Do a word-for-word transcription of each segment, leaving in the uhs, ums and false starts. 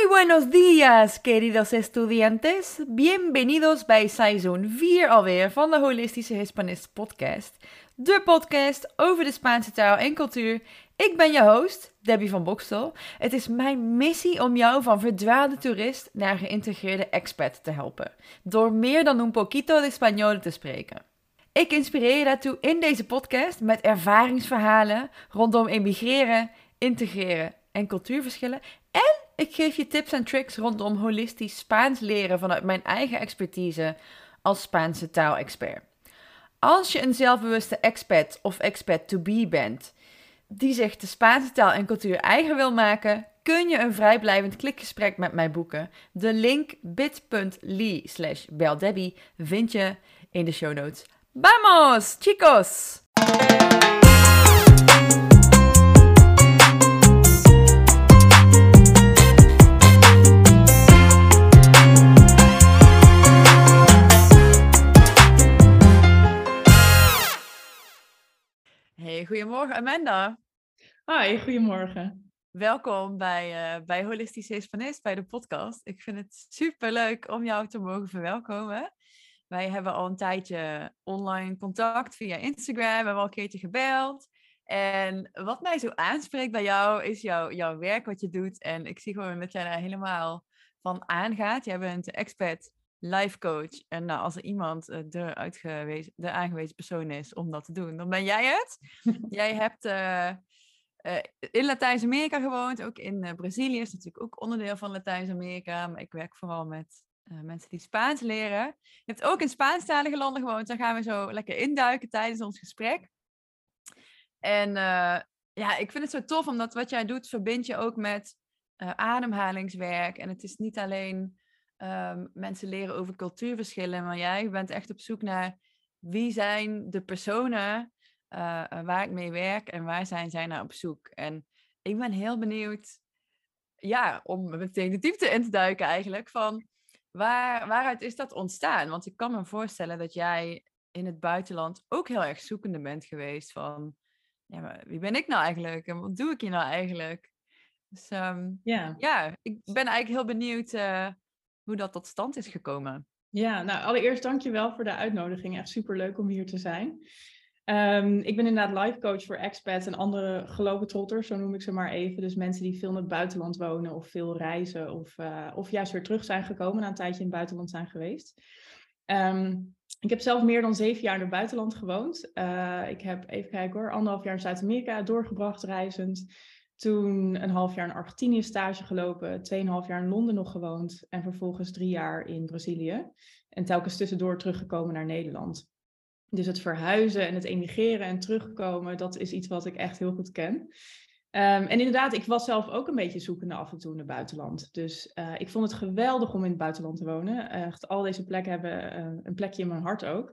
Buenos días, queridos estudiantes. Bienvenidos bij seizoen vier alweer van de Holistische Hispanist podcast. De podcast over de Spaanse taal en cultuur. Ik ben je host, Debbie van Bokstel. Het is mijn missie om jou van verdwaalde toerist naar geïntegreerde expat te helpen. Door meer dan un poquito de español te spreken. Ik inspireer je daartoe in deze podcast met ervaringsverhalen rondom emigreren, integreren en cultuurverschillen. En ik geef je tips en tricks rondom holistisch Spaans leren vanuit mijn eigen expertise als Spaanse taalexpert. Als je een zelfbewuste expat of expat-to-be bent die zich de Spaanse taal en cultuur eigen wil maken, kun je een vrijblijvend klikgesprek met mij boeken. De link bit.ly slash beldebbie vind je in de show notes. Vamos, chicos! Hey, goedemorgen Amanda. Hoi, goedemorgen. Welkom bij, uh, bij Holistisch Hispanist, bij de podcast. Ik vind het super leuk om jou te mogen verwelkomen. Wij hebben al een tijdje online contact via Instagram, we hebben al een keertje gebeld. En wat mij zo aanspreekt bij jou is jouw, jouw werk, wat je doet. En ik zie gewoon dat jij daar helemaal van aangaat. Jij bent de expert life coach. En nou, als er iemand uh, de, uitgewezen, de aangewezen persoon is om dat te doen, dan ben jij het. Jij hebt uh, uh, in Latijns-Amerika gewoond, ook in uh, Brazilië. Is natuurlijk ook onderdeel van Latijns-Amerika. Maar ik werk vooral met uh, mensen die Spaans leren. Je hebt ook in Spaanstalige landen gewoond. Daar gaan we zo lekker induiken tijdens ons gesprek. En uh, ja, ik vind het zo tof, omdat wat jij doet, verbind je ook met uh, ademhalingswerk. En het is niet alleen um, mensen leren over cultuurverschillen, maar jij bent echt op zoek naar wie zijn de personen uh, waar ik mee werk en waar zijn zij naar op zoek. En ik ben heel benieuwd, ja, om meteen de diepte in te duiken eigenlijk, van waar, waaruit is dat ontstaan? Want ik kan me voorstellen dat jij in het buitenland ook heel erg zoekende bent geweest van, ja, maar wie ben ik nou eigenlijk? En wat doe ik hier nou eigenlijk? Dus um, ja. ja, ik ben eigenlijk heel benieuwd uh, hoe dat tot stand is gekomen. Ja, nou allereerst dankjewel voor de uitnodiging. Echt superleuk om hier te zijn. Um, ik ben inderdaad life coach voor expats en andere globetrotters, zo noem ik ze maar even. Dus mensen die veel in het buitenland wonen of veel reizen of, uh, of juist weer terug zijn gekomen na een tijdje in het buitenland zijn geweest. Um, Ik heb zelf meer dan zeven jaar in het buitenland gewoond. Uh, ik heb, even kijken hoor, anderhalf jaar in Zuid-Amerika doorgebracht reizend. Toen een half jaar in Argentinië stage gelopen. Tweeënhalf jaar in Londen nog gewoond. En vervolgens drie jaar in Brazilië. En telkens tussendoor teruggekomen naar Nederland. Dus het verhuizen en het emigreren en terugkomen, dat is iets wat ik echt heel goed ken. Um, en inderdaad, ik was zelf ook een beetje zoekende af en toe in het buitenland. Dus uh, ik vond het geweldig om in het buitenland te wonen. Echt, al deze plekken hebben uh, een plekje in mijn hart ook.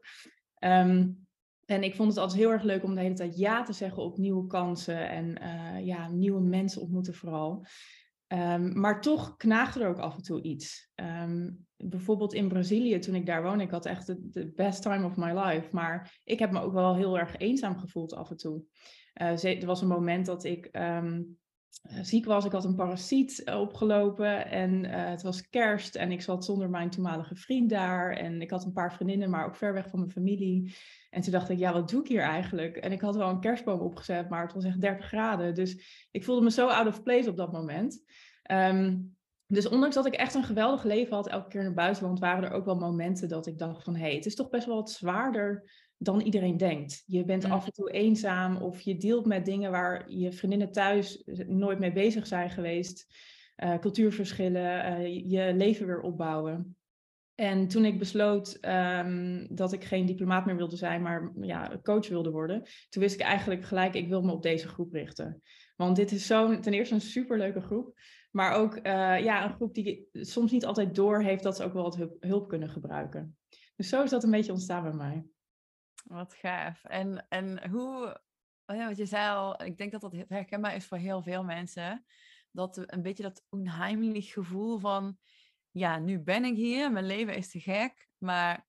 Um, en ik vond het altijd heel erg leuk om de hele tijd ja te zeggen op nieuwe kansen. En uh, ja, nieuwe mensen ontmoeten vooral. Um, maar toch knaagde er ook af en toe iets. Um, bijvoorbeeld in Brazilië, toen ik daar woonde, ik had echt de, de best time of my life. Maar ik heb me ook wel heel erg eenzaam gevoeld af en toe. Uh, er was een moment dat ik um, ziek was. Ik had een parasiet opgelopen en uh, het was kerst en ik zat zonder mijn toenmalige vriend daar. En ik had een paar vriendinnen, maar ook ver weg van mijn familie. En toen dacht ik, ja, wat doe ik hier eigenlijk? En ik had wel een kerstboom opgezet, maar het was echt dertig graden. Dus ik voelde me zo out of place op dat moment. Um, dus ondanks dat ik echt een geweldig leven had, elke keer in het buitenland, waren er ook wel momenten dat ik dacht van, hé, hey, het is toch best wel wat zwaarder dan iedereen denkt. Je bent mm. af en toe eenzaam of je dealt met dingen waar je vriendinnen thuis nooit mee bezig zijn geweest. Uh, cultuurverschillen, uh, je leven weer opbouwen. En toen ik besloot um, dat ik geen diplomaat meer wilde zijn, maar ja, coach wilde worden, toen wist ik eigenlijk gelijk, ik wil me op deze groep richten. Want dit is zo, ten eerste een superleuke groep, maar ook uh, ja, een groep die soms niet altijd doorheeft dat ze ook wel wat hulp, hulp kunnen gebruiken. Dus zo is dat een beetje ontstaan bij mij. Wat gaaf. En, en hoe, oh ja, wat je zei al, ik denk dat dat herkenbaar is voor heel veel mensen, dat een beetje dat onheimlich gevoel van, ja, nu ben ik hier, mijn leven is te gek, maar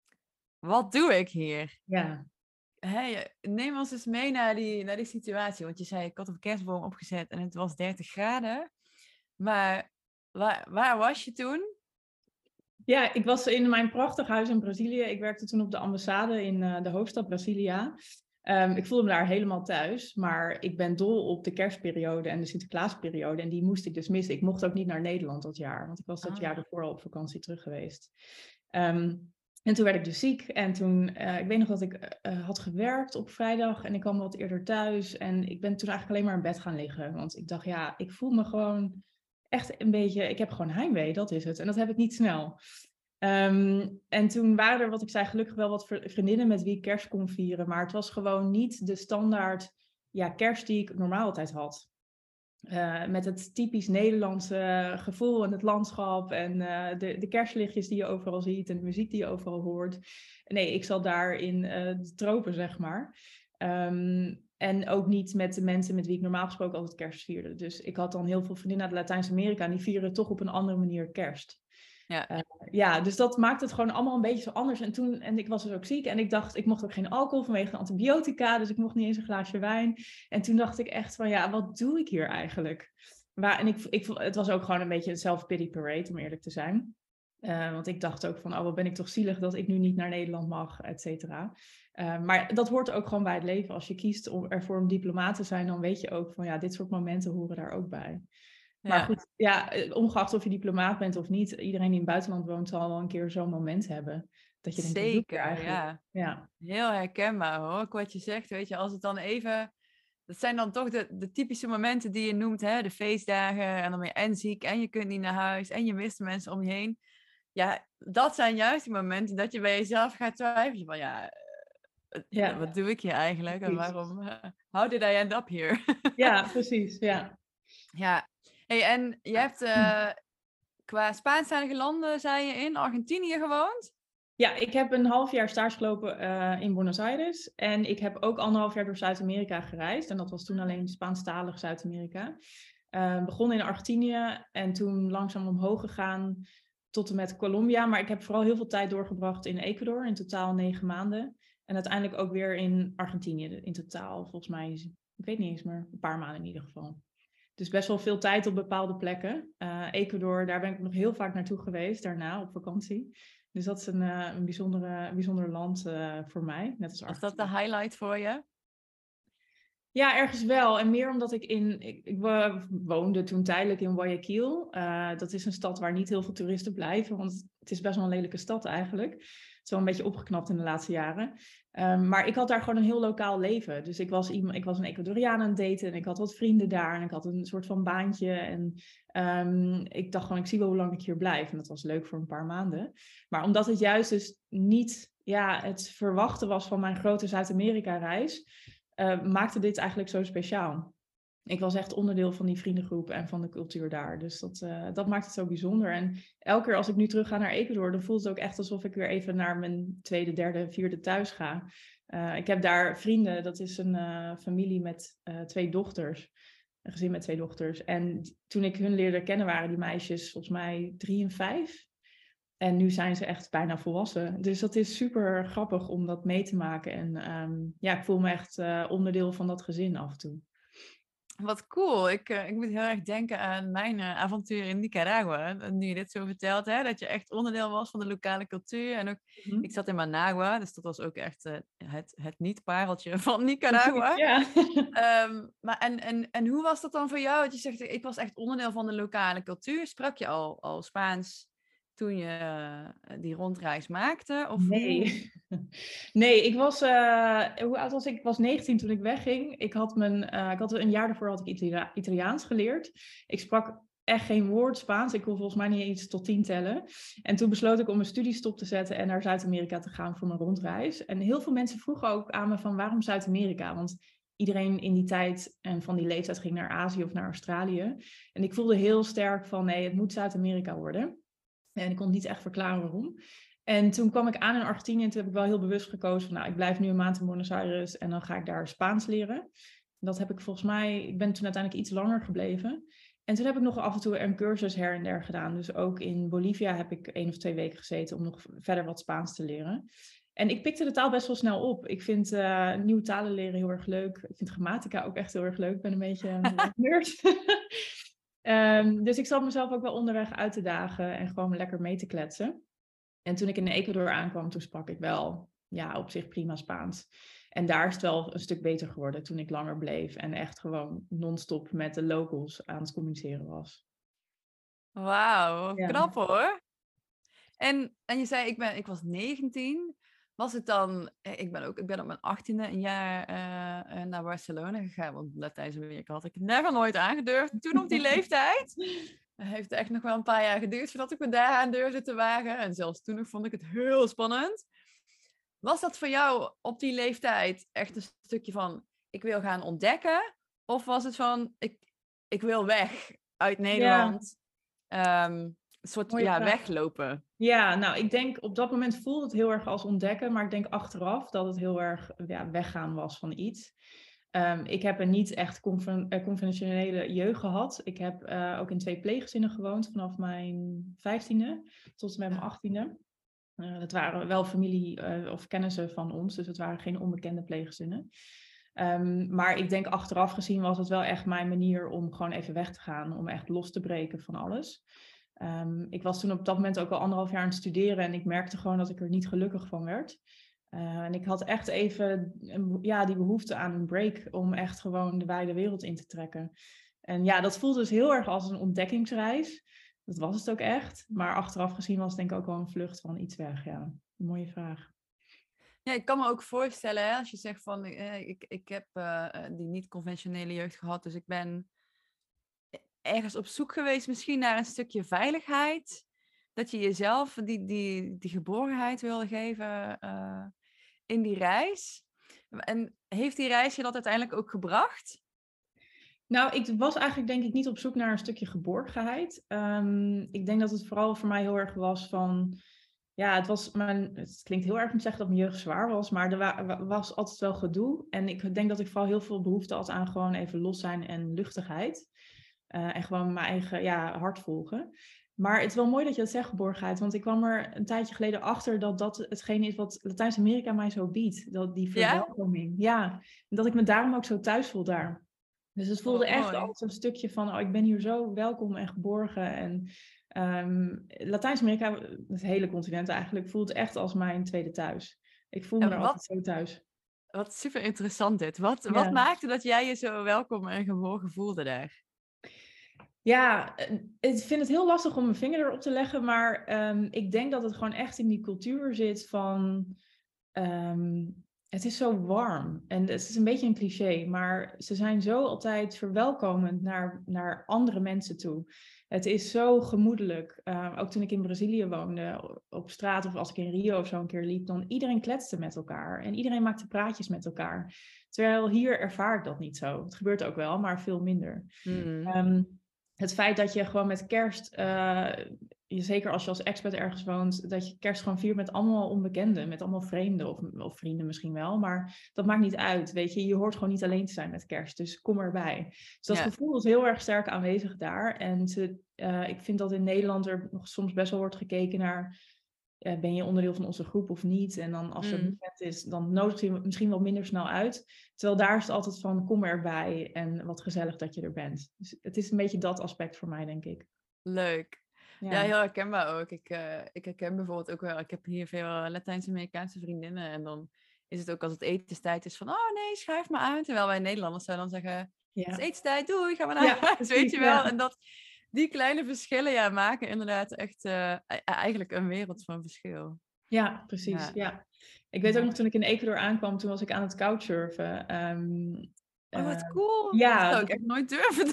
wat doe ik hier? Ja. Hey, neem ons eens mee naar die, naar die situatie, want je zei, ik had een kerstboom opgezet en het was dertig graden, maar waar, waar was je toen? Ja, ik was in mijn prachtig huis in Brazilië. Ik werkte toen op de ambassade in uh, de hoofdstad Brasilia. Um, ik voelde me daar helemaal thuis, maar ik ben dol op de kerstperiode en de Sinterklaasperiode. En die moest ik dus missen. Ik mocht ook niet naar Nederland dat jaar, want ik was dat Ah. jaar ervoor al op vakantie terug geweest. Um, en toen werd ik dus ziek en toen, uh, ik weet nog dat ik uh, had gewerkt op vrijdag en ik kwam wat eerder thuis. En ik ben toen eigenlijk alleen maar in bed gaan liggen, want ik dacht, ja, ik voel me gewoon echt een beetje, ik heb gewoon heimwee, dat is het. En dat heb ik niet snel. Um, en toen waren er, wat ik zei, gelukkig wel wat vriendinnen met wie ik kerst kon vieren. Maar het was gewoon niet de standaard ja, kerst die ik normaal altijd had. Uh, met het typisch Nederlandse gevoel en het landschap en uh, de, de kerstlichtjes die je overal ziet en de muziek die je overal hoort. Nee, ik zat daar in uh, de tropen, zeg maar. Um, en ook niet met de mensen met wie ik normaal gesproken altijd kerst vierde. Dus ik had dan heel veel vriendinnen uit Latijns-Amerika en die vieren toch op een andere manier kerst. Ja. Uh, ja, dus dat maakt het gewoon allemaal een beetje zo anders. En toen, en ik was dus ook ziek en ik dacht, ik mocht ook geen alcohol vanwege de antibiotica, dus ik mocht niet eens een glaasje wijn. En toen dacht ik echt van, ja, wat doe ik hier eigenlijk? Maar, en ik, ik, het was ook gewoon een beetje een self-pity parade, om eerlijk te zijn. Uh, want ik dacht ook van, oh, wat ben ik toch zielig dat ik nu niet naar Nederland mag, et cetera. Uh, maar dat hoort ook gewoon bij het leven. Als je kiest om ervoor om diplomaat te zijn, dan weet je ook van, ja, dit soort momenten horen daar ook bij. Ja. Maar goed, ja, ongeacht of je diplomaat bent of niet, iedereen die in het buitenland woont zal wel een keer zo'n moment hebben. Dat je denkt, zeker, ja. ja. Heel herkenbaar hoor, ook wat je zegt, weet je, als het dan even... Dat zijn dan toch de, de typische momenten die je noemt, hè? De feestdagen en dan ben je en ziek en je kunt niet naar huis en je mist de mensen om je heen. Ja, dat zijn juist die momenten dat je bij jezelf gaat twijfelen van ja, ja. wat doe ik hier eigenlijk en waarom, uh, how did I end up here? Ja, precies, ja. Ja, hey, en je hebt uh, qua Spaanstalige landen, zei je, in Argentinië gewoond? Ja, ik heb een half jaar stage gelopen uh, in Buenos Aires. En ik heb ook anderhalf jaar door Zuid-Amerika gereisd. En dat was toen alleen Spaanstalig Zuid-Amerika. Uh, begonnen in Argentinië en toen langzaam omhoog gegaan tot en met Colombia. Maar ik heb vooral heel veel tijd doorgebracht in Ecuador. In totaal negen maanden. En uiteindelijk ook weer in Argentinië. In totaal volgens mij, ik weet niet eens meer, een paar maanden in ieder geval. Dus best wel veel tijd op bepaalde plekken. Uh, Ecuador, daar ben ik nog heel vaak naartoe geweest daarna op vakantie. Dus dat is een, uh, een bijzondere, bijzonder land uh, voor mij. Net als was dat de highlight voor je? Ja, ergens wel. En meer omdat ik in... Ik, ik woonde toen tijdelijk in Guayaquil. Uh, dat is een stad waar niet heel veel toeristen blijven. Want het is best wel een lelijke stad eigenlijk. Het is wel een beetje opgeknapt in de laatste jaren. Um, maar ik had daar gewoon een heel lokaal leven. Dus ik was, iemand, ik was een Ecuadoriaan aan het daten. En ik had wat vrienden daar. En ik had een soort van baantje. En um, ik dacht gewoon, ik zie wel hoe lang ik hier blijf. En dat was leuk voor een paar maanden. Maar omdat het juist dus niet... Ja, het verwachten was van mijn grote Zuid-Amerika-reis... Uh, maakte dit eigenlijk zo speciaal. Ik was echt onderdeel van die vriendengroep en van de cultuur daar. Dus dat, uh, dat maakt het zo bijzonder. En elke keer als ik nu terug ga naar Ecuador, dan voelt het ook echt alsof ik weer even naar mijn tweede, derde, vierde thuis ga. Uh, ik heb daar vrienden, dat is een uh, familie met uh, twee dochters. Een gezin met twee dochters. En toen ik hun leerde kennen waren die meisjes volgens mij drie en vijf. En nu zijn ze echt bijna volwassen. Dus dat is super grappig om dat mee te maken. En um, ja, ik voel me echt uh, onderdeel van dat gezin af en toe. Wat cool. Ik, uh, ik moet heel erg denken aan mijn uh, avontuur in Nicaragua. Nu je dit zo vertelt, hè, dat je echt onderdeel was van de lokale cultuur. En ook, mm-hmm. Ik zat in Managua, dus dat was ook echt uh, het, het niet-pareltje van Nicaragua. Ja. um, maar en, en, en hoe was dat dan voor jou? Dat je zegt, ik was echt onderdeel van de lokale cultuur. Sprak je al, al Spaans toen je uh, die rondreis maakte? Of nee. Nee, ik was... Uh, hoe oud was ik? Ik was negentien toen ik wegging. Ik had, mijn, uh, ik had een jaar daarvoor had ik Itali- Italiaans geleerd. Ik sprak echt geen woord Spaans. Ik kon volgens mij niet eens tot tien tellen. En toen besloot ik om mijn studie stop te zetten en naar Zuid-Amerika te gaan voor mijn rondreis. En heel veel mensen vroegen ook aan me van waarom Zuid-Amerika? Want iedereen in die tijd en van die leeftijd ging naar Azië of naar Australië. En ik voelde heel sterk van nee, het moet Zuid-Amerika worden. En ik kon niet echt verklaren waarom. En toen kwam ik aan in Argentinië en toen heb ik wel heel bewust gekozen van nou, ik blijf nu een maand in Buenos Aires en dan ga ik daar Spaans leren. Dat heb ik volgens mij, ik ben toen uiteindelijk iets langer gebleven. En toen heb ik nog af en toe een cursus her en der gedaan. Dus ook in Bolivia heb ik één of twee weken gezeten om nog verder wat Spaans te leren. En ik pikte de taal best wel snel op. Ik vind uh, nieuwe talen leren heel erg leuk. Ik vind grammatica ook echt heel erg leuk. Ik ben een beetje een nerd. Um, dus ik zat mezelf ook wel onderweg uit te dagen en gewoon lekker mee te kletsen. En toen ik in Ecuador aankwam, toen sprak ik wel, ja, op zich prima Spaans. En daar is het wel een stuk beter geworden toen ik langer bleef en echt gewoon non-stop met de locals aan het communiceren was. Wauw, Ja. knap hoor. En, en je zei, ik, ben, ik was negentien. Was het dan, eh, ik ben ook ik ben op mijn achttiende een jaar uh, uh, naar Barcelona gegaan. Want Latijns-Amerika had ik never nooit aangedurfd. Toen op die leeftijd. Het heeft echt nog wel een paar jaar geduurd voordat ik me daaraan durfde te wagen. En zelfs toen nog vond ik het heel spannend. Was dat voor jou op die leeftijd echt een stukje van, ik wil gaan ontdekken? Of was het van, ik, ik wil weg uit Nederland? Ja. Um, een soort Mooie ja, vraag. weglopen. Ja, nou, ik denk op dat moment voelde het heel erg als ontdekken. Maar ik denk achteraf dat het heel erg ja, weggaan was van iets. Um, ik heb een niet echt conven- uh, conventionele jeugd gehad. Ik heb uh, ook in twee pleeggezinnen gewoond vanaf mijn vijftiende tot en met mijn achttiende. Uh, dat waren wel familie uh, of kennissen van ons, dus het waren geen onbekende pleeggezinnen. Um, maar ik denk achteraf gezien was het wel echt mijn manier om gewoon even weg te gaan, om echt los te breken van alles. Um, ik was toen op dat moment ook al anderhalf jaar aan het studeren en ik merkte gewoon dat ik er niet gelukkig van werd. Uh, en ik had echt even een, ja, die behoefte aan een break om echt gewoon de wijde wereld in te trekken. En ja, dat voelde dus heel erg als een ontdekkingsreis. Dat was het ook echt. Maar achteraf gezien was het denk ik ook wel een vlucht van iets weg. Ja, een mooie vraag. Ja, ik kan me ook voorstellen, hè, als je zegt van, eh, ik, ik heb uh, die niet-conventionele jeugd gehad, dus ik ben ergens op zoek geweest misschien naar een stukje veiligheid. Dat je jezelf die, die, die geborgenheid wilde geven uh, in die reis. En heeft die reis je dat uiteindelijk ook gebracht? Nou, ik was eigenlijk denk ik niet op zoek naar een stukje geborgenheid. Um, ik denk dat het vooral voor mij heel erg was van... Ja, het was mijn, het klinkt heel erg om te zeggen dat mijn jeugd zwaar was, maar er wa- was altijd wel gedoe. En ik denk dat ik vooral heel veel behoefte had aan gewoon even los zijn en luchtigheid. Uh, en gewoon mijn eigen ja, hart volgen. Maar het is wel mooi dat je dat zegt, geborgenheid. Want ik kwam er een tijdje geleden achter dat dat hetgeen is wat Latijns-Amerika mij zo biedt. Dat die verwelkoming. Ja? Ja, en dat ik me daarom ook zo thuis voel daar. Dus het voelde oh, echt mooi. als een stukje van, oh, ik ben hier zo welkom en geborgen. En um, Latijns-Amerika, het hele continent eigenlijk, voelt echt als mijn tweede thuis. Ik voel me En er wat, altijd zo thuis. Wat super interessant dit. Wat, Ja. wat maakte dat jij je zo welkom en geborgen voelde daar? Ja, ik vind het heel lastig om mijn vinger erop te leggen, maar um, ik denk dat het gewoon echt in die cultuur zit van... Um, het is zo warm en het is een beetje een cliché, maar ze zijn zo altijd verwelkomend naar, naar andere mensen toe. Het is zo gemoedelijk. Uh, ook toen ik in Brazilië woonde, op straat of als ik in Rio of zo een keer liep, dan iedereen kletste met elkaar en iedereen maakte praatjes met elkaar. Terwijl hier ervaar ik dat niet zo. Het gebeurt ook wel, maar veel minder. Mm. Um, het feit dat je gewoon met kerst, uh, zeker als je als expat ergens woont, dat je kerst gewoon viert met allemaal onbekenden, met allemaal vreemden of, of vrienden misschien wel, maar dat maakt niet uit, weet je. Je hoort gewoon niet alleen te zijn met kerst, dus kom erbij. Dus dat ja. gevoel is heel erg sterk aanwezig daar. En ze, uh, ik vind dat in Nederland er nog soms best wel wordt gekeken naar... Uh, ben je onderdeel van onze groep of niet? En dan als er een moment is, dan nodigt je misschien wel minder snel uit. Terwijl daar is het altijd van, kom erbij en wat gezellig dat je er bent. Dus het is een beetje dat aspect voor mij, denk ik. Leuk. Ja, ja heel herkenbaar ook. Ik, uh, ik herken bijvoorbeeld ook wel, ik heb hier veel Latijns-Amerikaanse vriendinnen. En dan is het ook als het etenstijd is van, oh nee, schuif maar aan. Terwijl wij Nederlanders zouden dan zeggen, ja. Het is etenstijd, doei, ga maar naar huis, ja, weet je wel. Ja. En dat... Die kleine verschillen ja, maken inderdaad echt uh, eigenlijk een wereld van verschil. Ja, precies. Ja. Ja. Ik weet ook nog toen ik in Ecuador aankwam, toen was ik aan het couchsurfen. Um, oh, wat uh, cool. Ja, dat zou ik dat... echt nooit durven.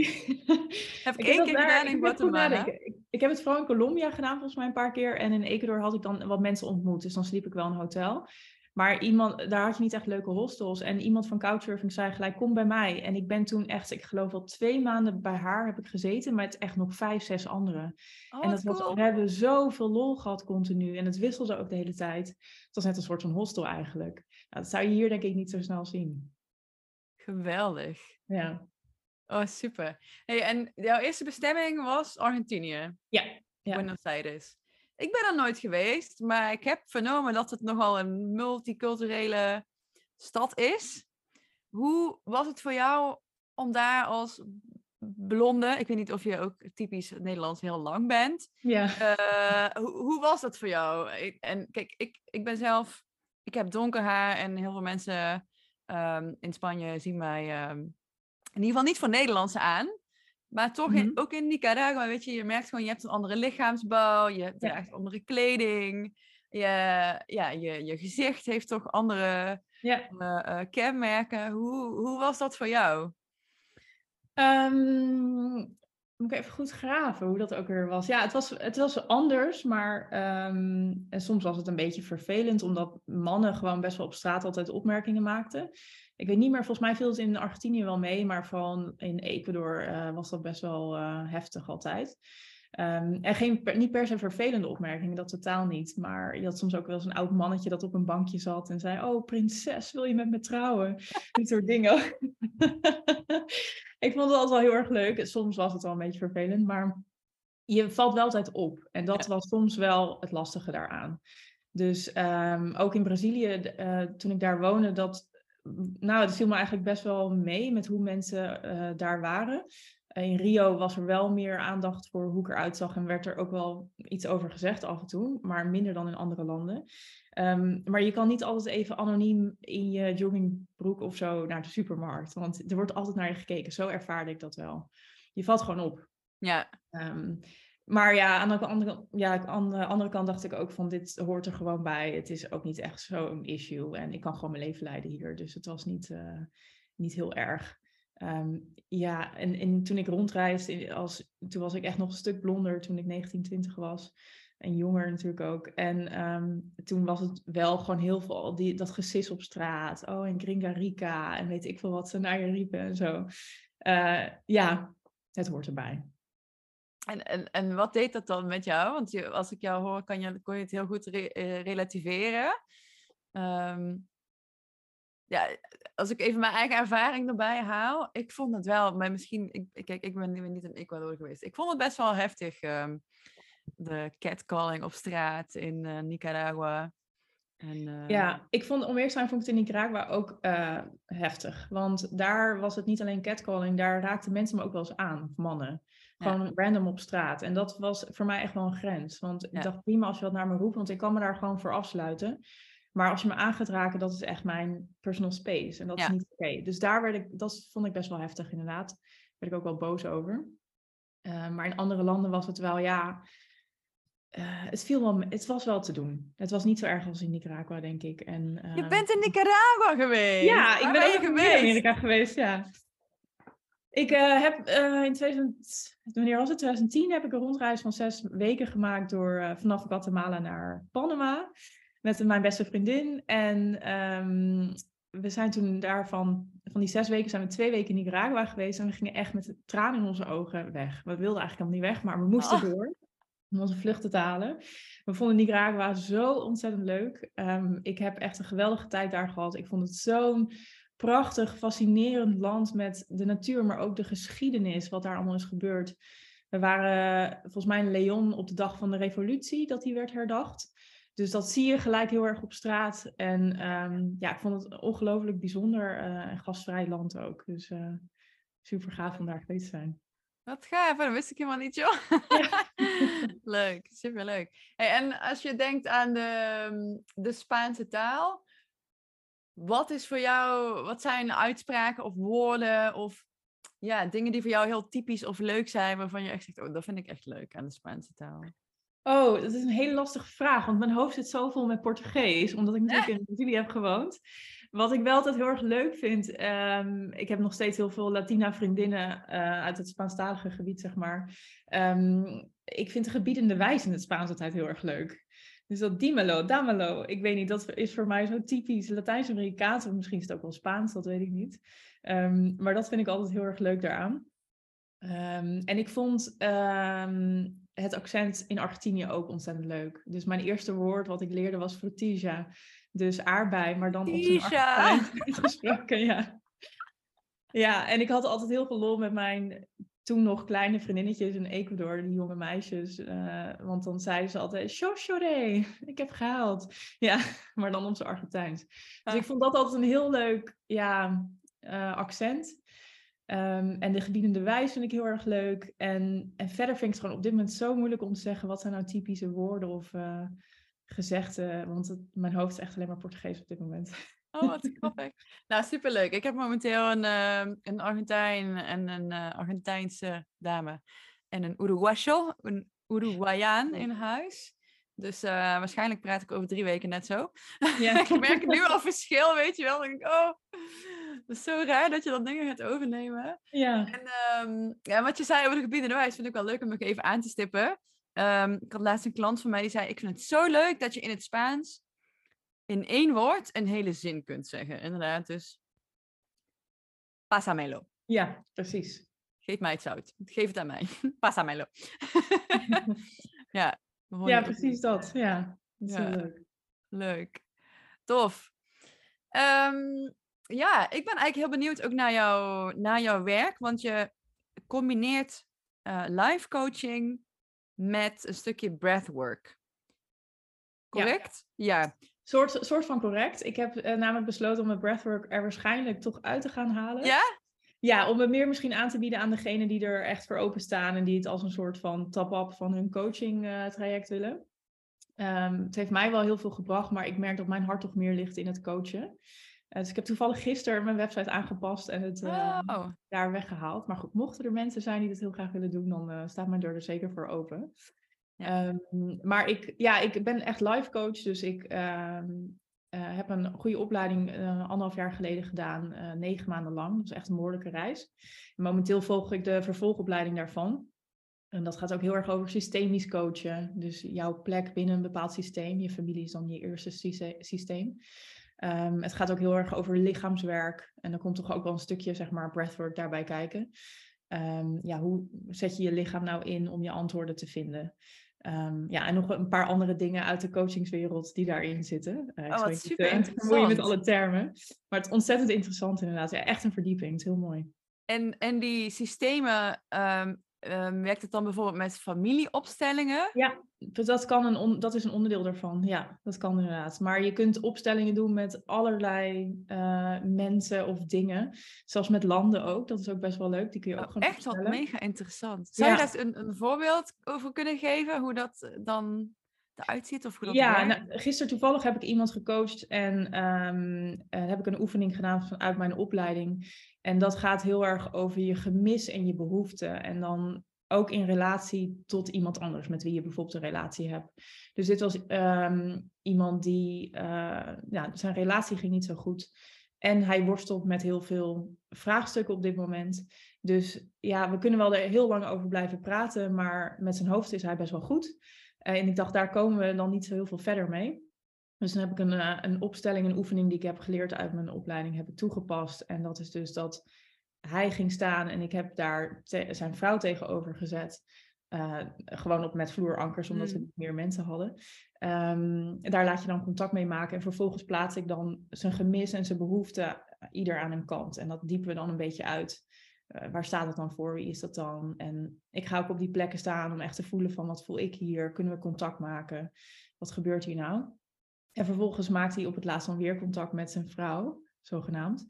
heb ik, ik één keer daar, gedaan in Guatemala. Ik, ik, ik heb het vooral in Colombia gedaan volgens mij een paar keer. En in Ecuador had ik dan wat mensen ontmoet. Dus dan sliep ik wel in een hotel. Maar iemand, daar had je niet echt leuke hostels. En iemand van couchsurfing zei gelijk, kom bij mij. En ik ben toen echt, ik geloof al twee maanden bij haar heb ik gezeten. Met echt nog vijf, zes anderen. Oh, en dat cool. was, we hebben zoveel lol gehad continu. En het wisselde ook de hele tijd. Het was net een soort van hostel eigenlijk. Nou, dat zou je hier denk ik niet zo snel zien. Geweldig. Ja. Oh, super. Hey, en jouw eerste bestemming was Argentinië? Ja. ja. Buenos Aires. Ik ben er nooit geweest, maar ik heb vernomen dat het nogal een multiculturele stad is. Hoe was het voor jou om daar als blonde. Ik weet niet of je ook typisch Nederlands heel lang bent. Ja. Uh, hoe, hoe was dat voor jou? Ik, en kijk, ik, ik ben zelf... Ik heb donker haar en heel veel mensen um, in Spanje zien mij... Um, in ieder geval niet voor Nederlandse aan. Maar toch, in, Mm-hmm. ook in Nicaragua, weet je, je merkt gewoon, je hebt een andere lichaamsbouw, je draagt ja. andere kleding, je, ja, je, je gezicht heeft toch andere ja. uh, uh, kenmerken. Hoe, hoe was dat voor jou? Um, moet ik even goed graven hoe dat ook weer was. Ja, het was, het was anders, maar um, en soms was het een beetje vervelend, omdat mannen gewoon best wel op straat altijd opmerkingen maakten. Ik weet niet meer, volgens mij viel het in Argentinië wel mee, maar vooral in Ecuador uh, was dat best wel uh, heftig altijd. Um, en geen, niet per se vervelende opmerkingen, dat totaal niet. Maar je had soms ook wel eens een oud mannetje dat op een bankje zat en zei, oh prinses, wil je met me trouwen? Dit soort dingen. Ik vond het altijd wel heel erg leuk. Soms was het wel een beetje vervelend, maar je valt wel altijd op. En dat ja. was soms wel het lastige daaraan. Dus um, ook in Brazilië, uh, toen ik daar woonde, dat, nou, dat viel me eigenlijk best wel mee met hoe mensen uh, daar waren. In Rio was er wel meer aandacht voor hoe ik eruit zag en werd er ook wel iets over gezegd af en toe, maar minder dan in andere landen. Um, maar je kan niet altijd even anoniem in je joggingbroek of zo naar de supermarkt, want er wordt altijd naar je gekeken. Zo ervaarde ik dat wel. Je valt gewoon op. Ja. Um, maar ja, aan de, andere, ja, aan de andere kant dacht ik ook van dit hoort er gewoon bij. Het is ook niet echt zo'n issue en ik kan gewoon mijn leven leiden hier. Dus het was niet, uh, niet heel erg. Um, ja, en, en toen ik rondreisde, als, toen was ik echt nog een stuk blonder toen ik negentien, twintig was. En jonger natuurlijk ook. En um, toen was het wel gewoon heel veel, die, dat gesis op straat. Oh, en Gringa Rica en weet ik veel wat ze naar je riepen en zo. Uh, ja, het hoort erbij. En, en, en wat deed dat dan met jou? Want je, als ik jou hoor, kan je, kon je het heel goed re, uh, relativeren. Um, ja, als ik even mijn eigen ervaring erbij haal. Ik vond het wel, maar misschien... Ik, kijk, ik ben niet in Ecuador geweest. Ik vond het best wel heftig. Um, de catcalling op straat in uh, Nicaragua. En, uh... Ja, ik vond, om eerlijk te zijn, vond ik het in Nicaragua ook uh, heftig. Want daar was het niet alleen catcalling, daar raakten mensen me ook wel eens aan, of mannen. Gewoon ja. random op straat. En dat was voor mij echt wel een grens. Want ik ja. dacht, prima als je wat naar me roept, want ik kan me daar gewoon voor afsluiten. Maar als je me aan gaat raken, dat is echt mijn personal space. En dat ja. is niet oké. Okay. Dus daar werd ik, dat vond ik best wel heftig inderdaad. Daar werd ik ook wel boos over. Uh, maar in andere landen was het wel, ja... Uh, het, viel wel, het was wel te doen. Het was niet zo erg als in Nicaragua, denk ik. En, uh, je bent in Nicaragua geweest? Ja, ik Waar ben, ben ook in Amerika geweest, ja. Ik uh, heb uh, in tweeduizend, wanneer was het? twintig tien heb ik een rondreis van zes weken gemaakt door uh, vanaf Guatemala naar Panama. Met mijn beste vriendin. En um, we zijn toen daarvan, van die zes weken zijn we twee weken in Nicaragua geweest. En we gingen echt met tranen in onze ogen weg. We wilden eigenlijk helemaal niet weg, maar we moesten oh. door. Om onze vluchten te halen. We vonden Nicaragua zo ontzettend leuk. Um, ik heb echt een geweldige tijd daar gehad. Ik vond het zo'n prachtig, fascinerend land met de natuur, maar ook de geschiedenis, wat daar allemaal is gebeurd. We waren volgens mij in Leon op de dag van de revolutie, dat die werd herdacht. Dus dat zie je gelijk heel erg op straat. En um, ja, ik vond het ongelooflijk bijzonder uh, en gastvrij land ook. Dus uh, super gaaf om daar geweest te zijn. Wat gaaf, dat wist ik helemaal niet, joh. Ja. Leuk, superleuk. Hey, en als je denkt aan de, de Spaanse taal, wat is voor jou, wat zijn uitspraken of woorden of ja, dingen die voor jou heel typisch of leuk zijn, waarvan je echt zegt, oh, dat vind ik echt leuk aan de Spaanse taal? Oh, dat is een hele lastige vraag, want mijn hoofd zit zo vol met Portugees, omdat ik natuurlijk in Brazilië heb gewoond. Wat ik wel altijd heel erg leuk vind, um, ik heb nog steeds heel veel Latina vriendinnen uh, uit het Spaanstalige gebied, zeg maar. Um, ik vind de gebiedende wijze in het Spaans altijd heel erg leuk. Dus dat dímelo, dámelo, ik weet niet, dat is voor mij zo typisch Latijns-Amerikaans, of misschien is het ook wel Spaans, dat weet ik niet. Um, maar dat vind ik altijd heel erg leuk daaraan. Um, en ik vond... Um, het accent in Argentinië ook ontzettend leuk. Dus mijn eerste woord wat ik leerde was frutilla. Dus aardbei, maar dan op zijn Argentijns gesproken, ja. Ja, en ik had altijd heel veel lol met mijn toen nog kleine vriendinnetjes in Ecuador, die jonge meisjes. Uh, want dan zeiden ze altijd, Xochore, ik heb gehaald. Ja, maar dan op zijn Argentijns. Dus ah. ik vond dat altijd een heel leuk ja, uh, accent. Um, en de gebiedende wijs vind ik heel erg leuk. En, en verder vind ik het gewoon op dit moment zo moeilijk om te zeggen wat zijn nou typische woorden of uh, gezegden. Want het, mijn hoofd is echt alleen maar Portugees op dit moment. Oh, wat grappig. Nou, superleuk. Ik heb momenteel een, uh, een Argentijn en een uh, Argentijnse dame. En een Uruguayo, een Uruguayaan in huis. Dus uh, waarschijnlijk praat ik over drie weken net zo. Ja. Ik merk nu al verschil, weet je wel. Dan denk ik, oh, dat is zo raar dat je dat dingen gaat overnemen. Ja. En um, ja, wat je zei over de gebiedende wijs vind ik wel leuk om nog even aan te stippen. Um, ik had laatst een klant van mij die zei, ik vind het zo leuk dat je in het Spaans in één woord een hele zin kunt zeggen. Inderdaad, dus pásamelo. Ja, precies. Geef mij het zout. Geef het aan mij. Pásamelo. Ja, ja, precies dat. Ja, dat is ja. heel leuk. Leuk. Tof. Um, ja, ik ben eigenlijk heel benieuwd ook naar, jou, naar jouw werk, want je combineert uh, life coaching met een stukje breathwork. Correct? Ja. ja. Soort, soort van correct. Ik heb uh, namelijk besloten om mijn breathwork er waarschijnlijk toch uit te gaan halen. Ja? Ja, om het meer misschien aan te bieden aan degenen die er echt voor openstaan en die het als een soort van tap-up van hun coaching uh, traject willen. Um, het heeft mij wel heel veel gebracht, maar ik merk dat mijn hart toch meer ligt in het coachen. Uh, dus ik heb toevallig gisteren mijn website aangepast en het uh, oh. daar weggehaald. Maar goed, mochten er mensen zijn die dit heel graag willen doen, dan uh, staat mijn deur er zeker voor open. Ja. Um, maar ik, ja, ik ben echt life coach, dus ik um, uh, heb een goede opleiding uh, anderhalf jaar geleden gedaan, uh, negen maanden lang. Dat is echt een behoorlijke reis. En momenteel volg ik de vervolgopleiding daarvan. En dat gaat ook heel erg over systemisch coachen. Dus jouw plek binnen een bepaald systeem. Je familie is dan je eerste systeem. Um, het gaat ook heel erg over lichaamswerk. En er komt toch ook wel een stukje, zeg maar, breathwork daarbij kijken. Um, ja, hoe zet je je lichaam nou in om je antwoorden te vinden? Um, ja, en nog een paar andere dingen uit de coachingswereld die daarin zitten. Uh, oh, wat super uh, interessant. met alle termen. Maar het is ontzettend interessant inderdaad. Ja, echt een verdieping. Het is heel mooi. En, en die systemen, um, um, werkt het dan bijvoorbeeld met familieopstellingen? Ja, dat, kan een on, dat is een onderdeel daarvan. Ja, dat kan inderdaad. Maar je kunt opstellingen doen met allerlei uh, mensen of dingen. Zelfs met landen ook. Dat is ook best wel leuk. Die kun je ook oh, gewoon echt opstellen. Wat mega interessant. Zou ja. je daar een, een voorbeeld over kunnen geven? Hoe dat dan eruit ziet? Of hoe dat ja, werkt? nou, gisteren toevallig heb ik iemand gecoacht. En um, uh, heb ik een oefening gedaan vanuit mijn opleiding. En dat gaat heel erg over je gemis en je behoeften. En dan ook in relatie tot iemand anders met wie je bijvoorbeeld een relatie hebt. Dus dit was um, iemand die, uh, ja, zijn relatie ging niet zo goed. En hij worstelt met heel veel vraagstukken op dit moment. Dus ja, we kunnen wel er heel lang over blijven praten, maar met zijn hoofd is hij best wel goed. Uh, en ik dacht, daar komen we dan niet zo heel veel verder mee. Dus dan heb ik een, uh, een opstelling, een oefening die ik heb geleerd uit mijn opleiding, heb ik toegepast. En dat is dus dat hij ging staan en ik heb daar te- zijn vrouw tegenover gezet. Uh, gewoon op met vloerankers, omdat we mm. meer mensen hadden. Um, daar laat je dan contact mee maken. En vervolgens plaats ik dan zijn gemis en zijn behoeften ieder aan een kant. En dat diepen we dan een beetje uit. Uh, waar staat het dan voor? Wie is dat dan? En ik ga ook op die plekken staan om echt te voelen van wat voel ik hier? Kunnen we contact maken? Wat gebeurt hier nou? En vervolgens maakt hij op het laatst dan weer contact met zijn vrouw, zogenaamd.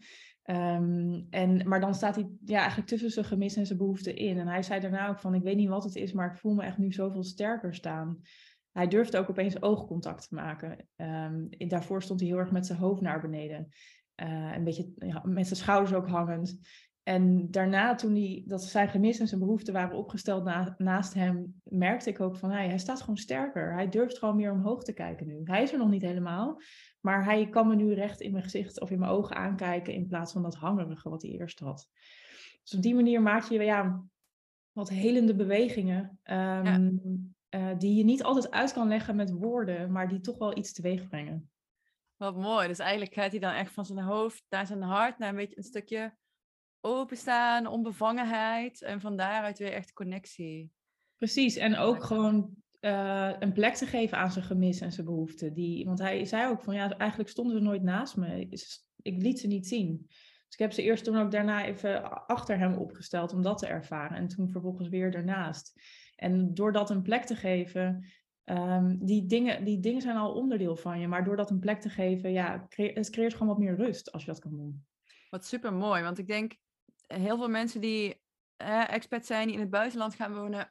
Um, en, maar dan staat hij ja, eigenlijk tussen zijn gemis en zijn behoeften in. En hij zei daarna ook van, ik weet niet wat het is, maar ik voel me echt nu zoveel sterker staan. Hij durfde ook opeens oogcontact te maken. Um, daarvoor stond hij heel erg met zijn hoofd naar beneden. Uh, een beetje ja, met zijn schouders ook hangend. En daarna, toen hij, dat zijn gemis en zijn behoeften waren opgesteld na, naast hem, merkte ik ook van, hey, hij staat gewoon sterker. Hij durft gewoon meer omhoog te kijken nu. Hij is er nog niet helemaal, maar hij kan me nu recht in mijn gezicht of in mijn ogen aankijken in plaats van dat hangerige wat hij eerst had. Dus op die manier maak je ja, wat helende bewegingen, um, ja. uh, die je niet altijd uit kan leggen met woorden, maar die toch wel iets teweeg brengen. Wat mooi. Dus eigenlijk gaat hij dan echt van zijn hoofd naar zijn hart, naar een beetje een stukje openstaan, onbevangenheid en van daaruit weer echt connectie. Precies, en ook ja. gewoon uh, een plek te geven aan zijn gemis en zijn behoeften. Die, want hij zei ook van ja, eigenlijk stonden ze nooit naast me. Ik liet ze niet zien. Dus ik heb ze eerst toen ook daarna even achter hem opgesteld om dat te ervaren. En toen vervolgens weer daarnaast. En door dat een plek te geven, um, die, dingen, die dingen zijn al onderdeel van je. Maar door dat een plek te geven, ja, creë- het creëert gewoon wat meer rust als je dat kan doen. Wat super mooi, want ik denk, heel veel mensen die uh, expat zijn, die in het buitenland gaan wonen,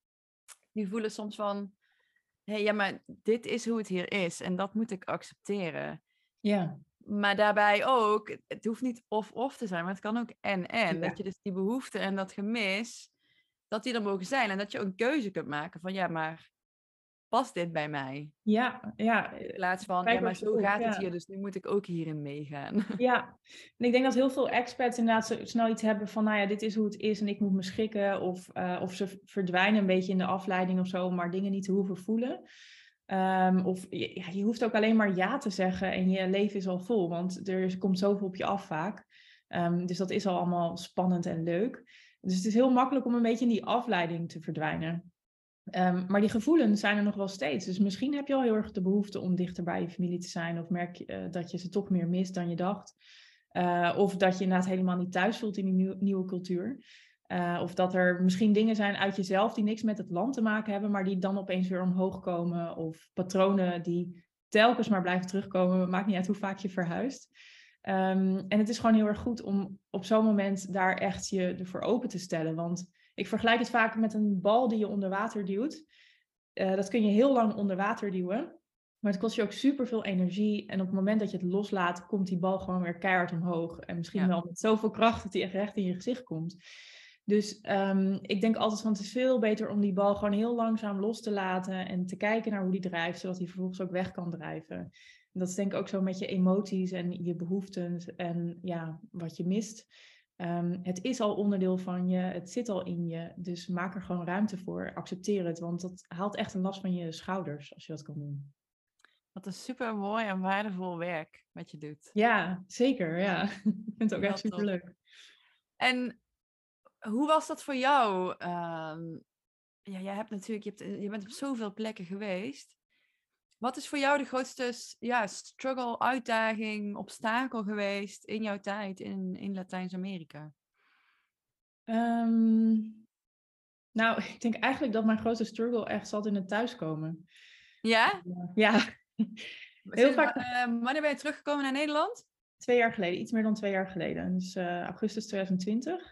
die voelen soms van, hé, hey, ja, maar dit is hoe het hier is en dat moet ik accepteren. Ja. Maar daarbij ook, het hoeft niet of-of te zijn, maar het kan ook en-en. Ja. Dat je dus die behoefte en dat gemis, dat die er mogen zijn. En dat je ook een keuze kunt maken van, ja, maar past dit bij mij? Ja, ja. In plaats van, ja, Kijk maar wat je zo doet, gaat het ja. hier, dus nu moet ik ook hierin meegaan. Ja, en ik denk dat heel veel expats inderdaad zo snel iets hebben van, nou ja, dit is hoe het is en ik moet me schikken. Of, uh, of ze verdwijnen een beetje in de afleiding of zo, om maar dingen niet te hoeven voelen. Um, of je, ja, je hoeft ook alleen maar ja te zeggen en je leven is al vol, want er komt zoveel op je af vaak. Um, dus dat is al allemaal spannend en leuk. Dus het is heel makkelijk om een beetje in die afleiding te verdwijnen. Um, maar die gevoelens zijn er nog wel steeds. Dus misschien heb je al heel erg de behoefte om dichter bij je familie te zijn. Of merk je uh, dat je ze toch meer mist dan je dacht. Uh, of dat je inderdaad helemaal niet thuis voelt in die nieuw, nieuwe cultuur. Uh, of dat er misschien dingen zijn uit jezelf die niks met het land te maken hebben, maar die dan opeens weer omhoog komen. Of patronen die telkens maar blijven terugkomen. Het maakt niet uit hoe vaak je verhuist. Um, en het is gewoon heel erg goed om op zo'n moment daar echt je ervoor open te stellen. Want ik vergelijk het vaak met een bal die je onder water duwt. Uh, dat kun je heel lang onder water duwen. Maar het kost je ook superveel energie. En op het moment dat je het loslaat, komt die bal gewoon weer keihard omhoog. En misschien ja. wel met zoveel kracht dat die echt recht in je gezicht komt. Dus um, ik denk altijd van het is veel beter om die bal gewoon heel langzaam los te laten. En te kijken naar hoe die drijft, zodat die vervolgens ook weg kan drijven. En dat is denk ik ook zo met je emoties en je behoeften en ja, wat je mist. Um, het is al onderdeel van je, het zit al in je, dus maak er gewoon ruimte voor, accepteer het, want dat haalt echt een last van je schouders als je dat kan doen. Wat een super mooi en waardevol werk wat je doet. Ja, zeker, ja. Ik vind het ook echt super leuk. En hoe was dat voor jou? Um, ja, jij hebt natuurlijk, je, hebt, je bent op zoveel plekken geweest. Wat is voor jou de grootste ja, struggle, uitdaging, obstakel geweest in jouw tijd in, in Latijns-Amerika? Um, nou, ik denk eigenlijk dat mijn grootste struggle echt zat in het thuiskomen. Ja? Uh, ja. Heel vaak... uh, wanneer ben je teruggekomen naar Nederland? Twee jaar geleden, iets meer dan twee jaar geleden. Dus uh, augustus twintig twintig.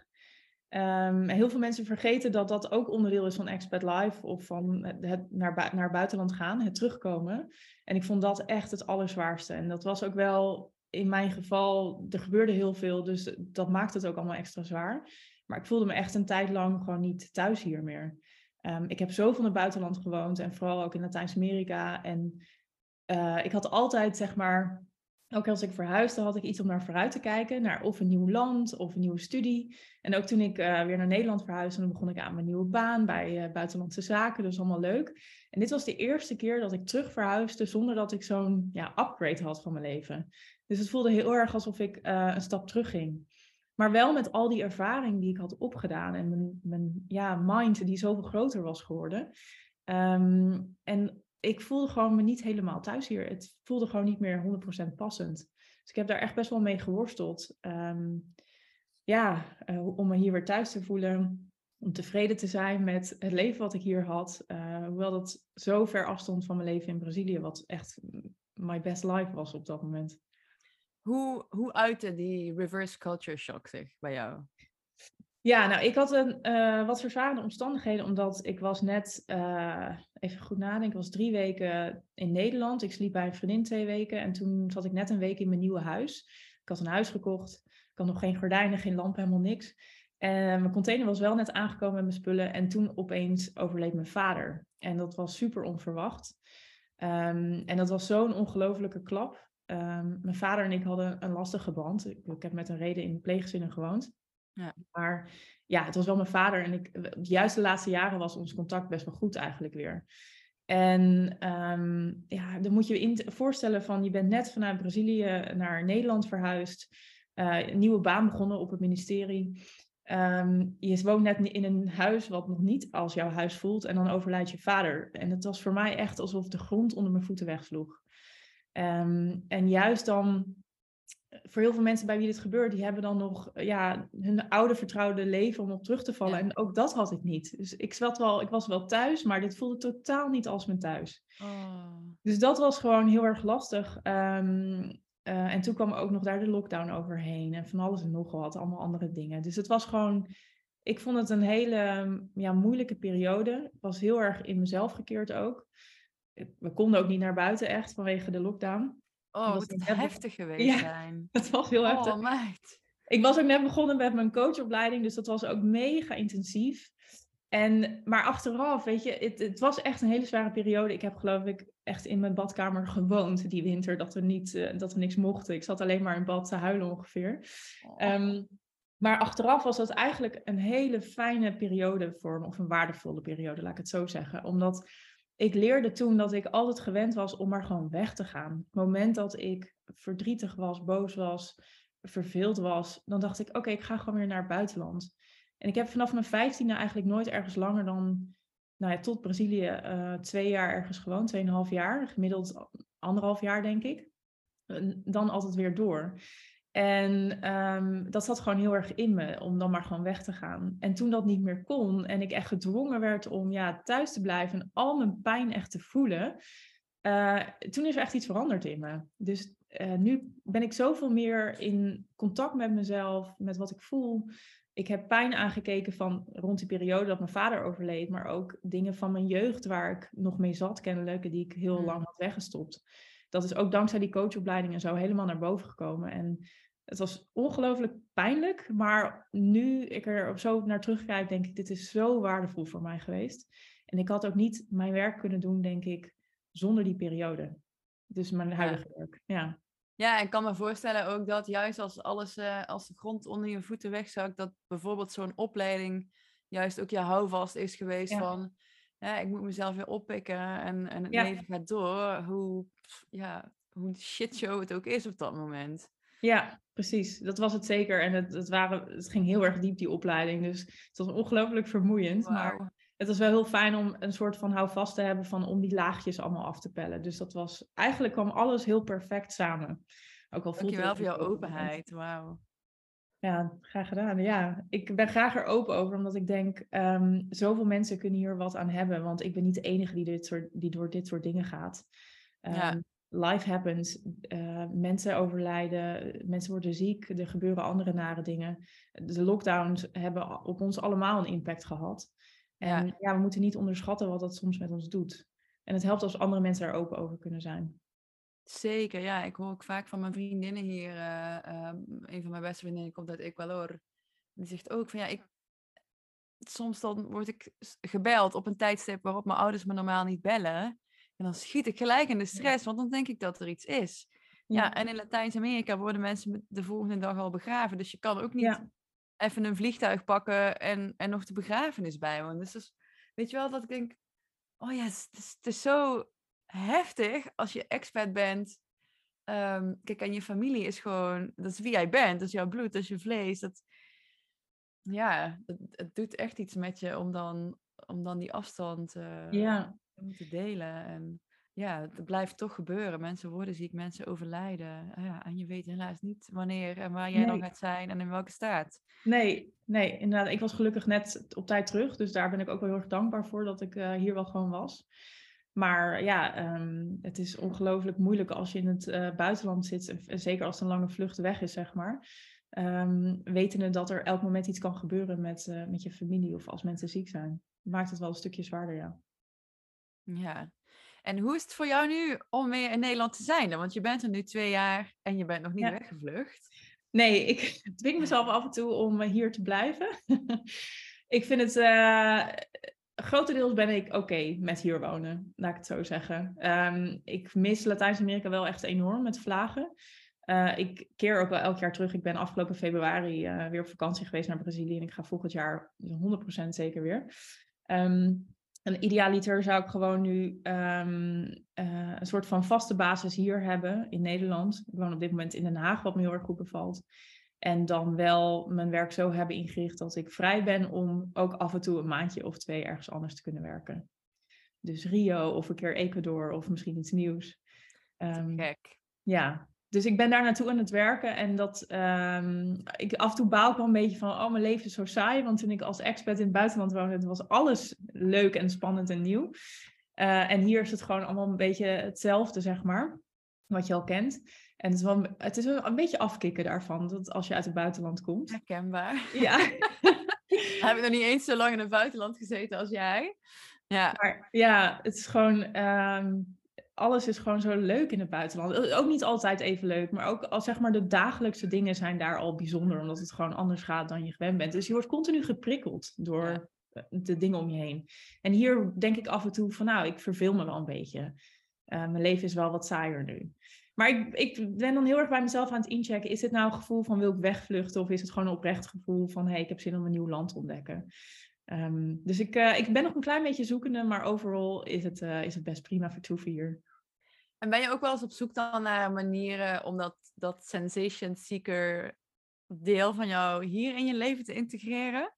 Um, heel veel mensen vergeten dat dat ook onderdeel is van Expat Life of van het, het naar, bu- naar buitenland gaan, het terugkomen. En ik vond dat echt het allerzwaarste. En dat was ook wel in mijn geval, er gebeurde heel veel, dus dat maakt het ook allemaal extra zwaar. Maar ik voelde me echt een tijd lang gewoon niet thuis hier meer. Um, ik heb zoveel in het buitenland gewoond en vooral ook in Latijns-Amerika. En uh, ik had altijd, zeg maar, ook als ik verhuisde, had ik iets om naar vooruit te kijken. Naar of een nieuw land of een nieuwe studie. En ook toen ik uh, weer naar Nederland verhuisde, dan begon ik aan mijn nieuwe baan bij uh, Buitenlandse Zaken. Dus allemaal leuk. En dit was de eerste keer dat ik terug verhuisde zonder dat ik zo'n ja, upgrade had van mijn leven. Dus het voelde heel erg alsof ik uh, een stap terug ging. Maar wel met al die ervaring die ik had opgedaan. En mijn, mijn ja, mind die zoveel groter was geworden. Um, en ik voelde gewoon me niet helemaal thuis hier. Het voelde gewoon niet meer honderd procent passend. Dus ik heb daar echt best wel mee geworsteld. Um, ja, uh, om me hier weer thuis te voelen. Om tevreden te zijn met het leven wat ik hier had. Uh, hoewel dat zo ver afstond van mijn leven in Brazilië. Wat echt my best life was op dat moment. Hoe, hoe uitte die reverse culture shock zich bij jou? Ja, nou, ik had een uh, wat verzwarende omstandigheden, omdat ik was net, uh, even goed nadenken, ik was drie weken in Nederland. Ik sliep bij een vriendin twee weken en toen zat ik net een week in mijn nieuwe huis. Ik had een huis gekocht, ik had nog geen gordijnen, geen lampen, helemaal niks. En mijn container was wel net aangekomen met mijn spullen en toen opeens overleed mijn vader. En dat was super onverwacht. Um, en dat was zo'n ongelofelijke klap. Um, mijn vader en ik hadden een lastige band. Ik, ik heb met een reden in pleeggezinnen gewoond. Ja. Maar ja, het was wel mijn vader. En ik, juist de laatste jaren was ons contact best wel goed eigenlijk weer. En um, ja, dan moet je je in voorstellen van je bent net vanuit Brazilië naar Nederland verhuisd. Uh, een nieuwe baan begonnen op het ministerie. Um, je woont net in een huis wat nog niet als jouw huis voelt. En dan overlijdt je vader. En het was voor mij echt alsof de grond onder mijn voeten wegsloeg. Um, en juist dan... Voor heel veel mensen bij wie dit gebeurt, die hebben dan nog ja, hun oude vertrouwde leven om op terug te vallen. Ja. En ook dat had ik niet. Dus ik, zat wel, ik was wel thuis, maar dit voelde totaal niet als mijn thuis. Oh. Dus dat was gewoon heel erg lastig. Um, uh, en toen kwam ook nog daar de lockdown overheen. En van alles en nog wat, allemaal andere dingen. Dus het was gewoon... Ik vond het een hele ja, moeilijke periode. Ik was heel erg in mezelf gekeerd ook. We konden ook niet naar buiten echt vanwege de lockdown. Oh, was moet het net... heftig geweest ja, zijn. het was heel oh, heftig. Oh, meid. Ik was ook net begonnen met mijn coachopleiding, dus dat was ook mega intensief. En, maar achteraf, weet je, het, het was echt een hele zware periode. Ik heb geloof ik echt in mijn badkamer gewoond die winter, dat we, niet, uh, dat we niks mochten. Ik zat alleen maar in bad te huilen ongeveer. Oh. Um, maar achteraf was dat eigenlijk een hele fijne periode voor me, of een waardevolle periode, laat ik het zo zeggen. Omdat ik leerde toen dat ik altijd gewend was om maar gewoon weg te gaan. Het moment dat ik verdrietig was, boos was, verveeld was, dan dacht ik, oké, okay, ik ga gewoon weer naar het buitenland. En ik heb vanaf mijn vijftiende eigenlijk nooit ergens langer dan, nou ja, tot Brazilië, uh, twee jaar ergens gewoond, tweeënhalf jaar, gemiddeld anderhalf jaar denk ik. Dan altijd weer door. En um, dat zat gewoon heel erg in me, om dan maar gewoon weg te gaan. En toen dat niet meer kon en ik echt gedwongen werd om ja, thuis te blijven en al mijn pijn echt te voelen, uh, toen is er echt iets veranderd in me. Dus uh, nu ben ik zoveel meer in contact met mezelf, met wat ik voel. Ik heb pijn aangekeken van rond die periode dat mijn vader overleed, maar ook dingen van mijn jeugd waar ik nog mee zat kennelijk, die ik heel lang had weggestopt. Dat is ook dankzij die coachopleiding en zo helemaal naar boven gekomen. En het was ongelooflijk pijnlijk, maar nu ik er op zo naar terugkijk, denk ik, dit is zo waardevol voor mij geweest. En ik had ook niet mijn werk kunnen doen, denk ik, zonder die periode. Dus mijn huidige ja. werk, ja. Ja, en ik kan me voorstellen ook dat juist als alles, uh, als de grond onder je voeten wegzakt, dat bijvoorbeeld zo'n opleiding juist ook je houvast is geweest ja. van, ja, ik moet mezelf weer oppikken en, en het ja. leven gaat door, hoe, ja, hoe shitshow het ook is op dat moment. Ja, precies. Dat was het zeker. En het, het, waren, het ging heel erg diep, die opleiding. Dus het was ongelooflijk vermoeiend. Wow. Maar het was wel heel fijn om een soort van houvast te hebben van om die laagjes allemaal af te pellen. Dus dat was, eigenlijk kwam alles heel perfect samen. Ook al Dankjewel voor jouw openheid. Wauw. Ja, graag gedaan. Ja, ik ben graag er open over, omdat ik denk, um, zoveel mensen kunnen hier wat aan hebben. Want ik ben niet de enige die, dit soort, die door dit soort dingen gaat. Um, ja. Life happens, uh, mensen overlijden, mensen worden ziek, er gebeuren andere nare dingen. De lockdowns hebben op ons allemaal een impact gehad. En ja. ja, we moeten niet onderschatten wat dat soms met ons doet. En het helpt als andere mensen er open over kunnen zijn. Zeker, ja. Ik hoor ook vaak van mijn vriendinnen hier. Uh, uh, een van mijn beste vriendinnen komt uit Ecuador. Die zegt ook van ja, ik... soms dan word ik gebeld op een tijdstip waarop mijn ouders me normaal niet bellen. En dan schiet ik gelijk in de stress, want dan denk ik dat er iets is. Ja, ja en in Latijns-Amerika worden mensen de volgende dag al begraven. Dus je kan ook niet ja. even een vliegtuig pakken en, en nog de begrafenis bijwonen. Dus, dus weet je wel, dat ik denk... Oh ja, het is, het is zo heftig als je expat bent. Um, kijk, en je familie is gewoon... Dat is wie jij bent, dat is jouw bloed, dat is je vlees. Dat, ja, het, het doet echt iets met je om dan, om dan die afstand uh, ja. te delen. En ja, het blijft toch gebeuren. Mensen worden ziek, mensen overlijden. Ja, en je weet helaas niet wanneer en waar jij nee. dan gaat zijn en in welke staat. Nee, nee, inderdaad. Ik was gelukkig net op tijd terug. Dus daar ben ik ook wel heel erg dankbaar voor dat ik uh, hier wel gewoon was. Maar ja, um, het is ongelooflijk moeilijk als je in het uh, buitenland zit. En zeker als een lange vlucht weg is, zeg maar. Um, wetende dat er elk moment iets kan gebeuren met, uh, met je familie of als mensen ziek zijn. Maakt het wel een stukje zwaarder, ja. Ja. En hoe is het voor jou nu om weer in Nederland te zijn? Want je bent er nu twee jaar en je bent nog niet ja. weggevlucht. Nee, ik dwing mezelf af en toe om hier te blijven. Ik vind het... Uh, grotendeels ben ik oké okay met hier wonen, laat ik het zo zeggen. Um, ik mis Latijns-Amerika wel echt enorm met vlagen. Uh, ik keer ook wel elk jaar terug. Ik ben afgelopen februari uh, weer op vakantie geweest naar Brazilië. En ik ga volgend jaar honderd procent zeker weer. Um, En idealiter zou ik gewoon nu um, uh, een soort van vaste basis hier hebben in Nederland. Ik woon op dit moment in Den Haag, wat me heel erg goed bevalt. En dan wel mijn werk zo hebben ingericht dat ik vrij ben om ook af en toe een maandje of twee ergens anders te kunnen werken. Dus Rio of een keer Ecuador of misschien iets nieuws. Um, gek. Ja, dus ik ben daar naartoe aan het werken en dat um, ik af en toe baal ik wel een beetje van, oh, mijn leven is zo saai. Want toen ik als expat in het buitenland woonde, was alles leuk en spannend en nieuw. Uh, en hier is het gewoon allemaal een beetje hetzelfde, zeg maar. wat je al kent. En het is wel, het is wel een beetje afkicken daarvan, dat als je uit het buitenland komt. Herkenbaar. Ja. Dan heb ik nog niet eens zo lang in het buitenland gezeten als jij. Ja. Maar ja, het is gewoon, um, alles is gewoon zo leuk in het buitenland. Ook niet altijd even leuk, maar ook als zeg maar de dagelijkse dingen zijn daar al bijzonder, omdat het gewoon anders gaat dan je gewend bent. Dus je wordt continu geprikkeld door ja. de dingen om je heen. En hier denk ik af en toe van, nou, ik verveel me wel een beetje. Uh, mijn leven is wel wat saaier nu. Maar ik, ik ben dan heel erg bij mezelf aan het inchecken. Is dit nou een gevoel van wil ik wegvluchten? Of is het gewoon een oprecht gevoel van hey, ik heb zin om een nieuw land te ontdekken? Um, dus ik, uh, ik ben nog een klein beetje zoekende, maar overal is het, uh, is het best prima vertoeven hier. En ben je ook wel eens op zoek dan naar manieren om dat, dat sensation seeker deel van jou hier in je leven te integreren?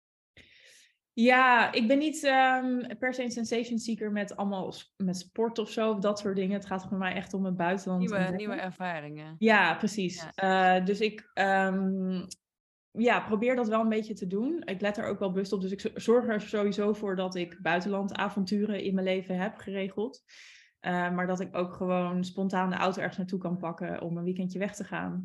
Ja, ik ben niet um, per se een sensation seeker met allemaal met sport of zo, of dat soort dingen. Het gaat voor mij echt om het buitenland. Nieuwe, nieuwe ervaringen. Ja, precies. Ja. Uh, dus ik um, ja, probeer dat wel een beetje te doen. Ik let er ook wel bewust op. Dus ik zorg er sowieso voor dat ik buitenlandavonturen in mijn leven heb geregeld. Uh, maar dat ik ook gewoon spontaan de auto ergens naartoe kan pakken om een weekendje weg te gaan.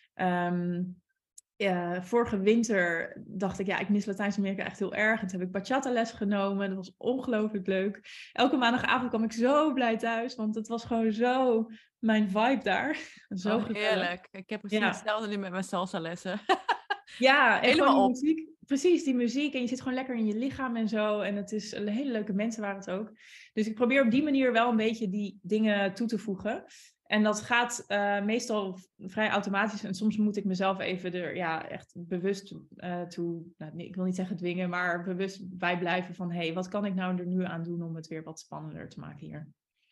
Um, Uh, vorige winter dacht ik, ja, ik mis Latijns-Amerika echt heel erg. En toen heb ik bachata les genomen. Dat was ongelooflijk leuk. Elke maandagavond kwam ik zo blij thuis, want het was gewoon zo mijn vibe daar. Zo oh, heerlijk. Ik heb precies ja. hetzelfde nu met mijn salsa lessen. Ja, en helemaal op. Die muziek, precies, die muziek. En je zit gewoon lekker in je lichaam en zo. En het is hele leuke mensen waren het ook. Dus ik probeer op die manier wel een beetje die dingen toe te voegen. En dat gaat uh, meestal vrij automatisch. En soms moet ik mezelf even er ja, echt bewust uh, toe, nou, nee, ik wil niet zeggen dwingen, maar bewust bij blijven van, hé, hey, wat kan ik nou er nu aan doen om het weer wat spannender te maken hier?